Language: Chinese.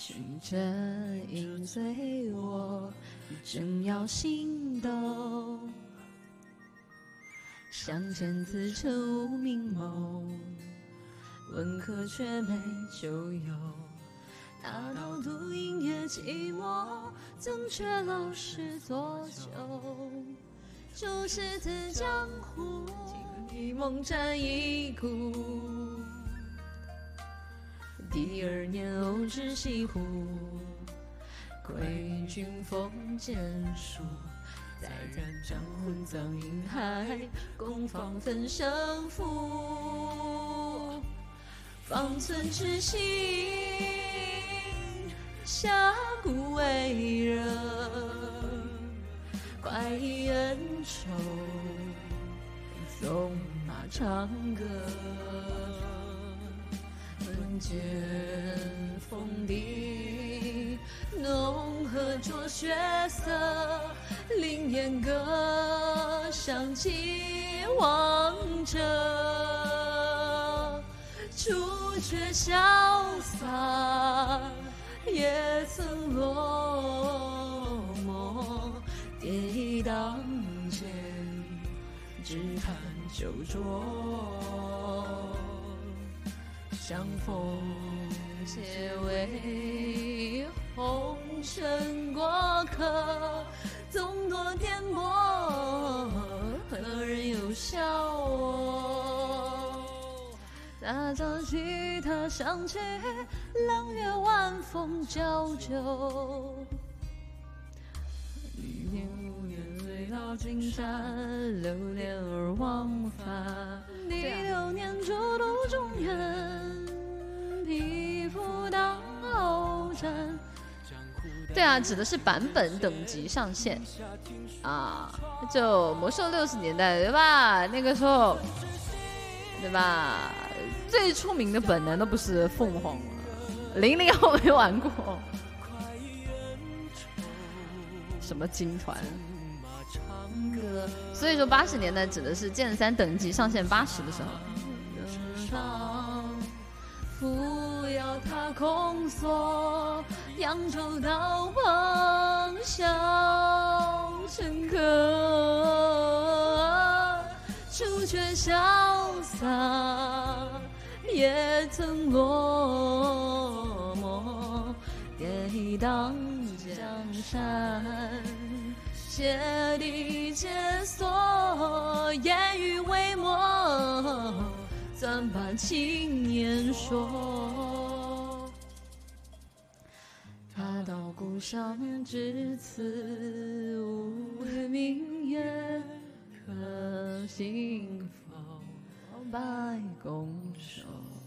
正饮醉我，正要心动。向前自称无明谋，温和却没酒友。大道途音乐寂寞，曾却老实做酒。旧世子江湖，一梦战一股。第二年偶至西湖，归军风剑术。在战场混葬银海，攻防分胜负。方寸痴心，侠骨为人，快意恩仇，纵马长歌。闻剑锋笛，浓河着血色，凌烟阁，响起王者。朱雀潇洒，也曾落寞，跌一当前，只盼酒浊。相逢皆为红尘过客，纵多颠簸，何人又笑我？大早吉他响起，朗月晚风交酒。一年无言醉到金山，流连而忘返。第六年逐鹿中原，匹夫当鏖战。对啊，指的是版本等级上限啊，就魔兽60年代对吧？那个时候对吧？最出名的本难道不是凤凰吗？00我没玩过，什么金团？所以说80年代指的是剑3等级上限80的时候。扶摇踏空锁，扬州刀锋笑乘客。朱雀潇洒，也曾落寞，跌一当江山。解地解锁，言语为墨，暂把情言说。他道故乡至此无明月，可信否白拱手。